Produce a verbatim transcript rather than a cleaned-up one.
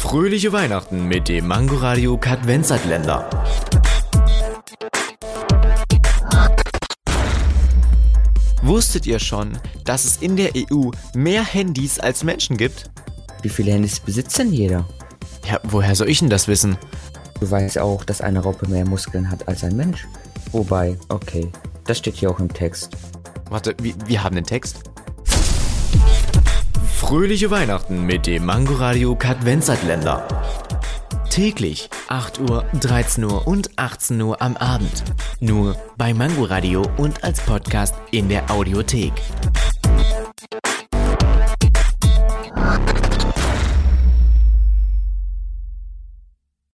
Fröhliche Weihnachten mit dem Mangoradio Kadventsatländer. Wusstet ihr schon, dass es in der E U mehr Handys als Menschen gibt? Wie viele Handys besitzt denn jeder? Ja, woher soll ich denn das wissen? Du weißt auch, dass eine Raupe mehr Muskeln hat als ein Mensch. Wobei, okay, das steht hier auch im Text. Warte, wir, wir haben den Text? Fröhliche Weihnachten mit dem Mangoradio Kadventsatländer. Täglich acht Uhr, dreizehn Uhr und achtzehn Uhr am Abend. Nur bei Mangoradio und als Podcast in der Audiothek.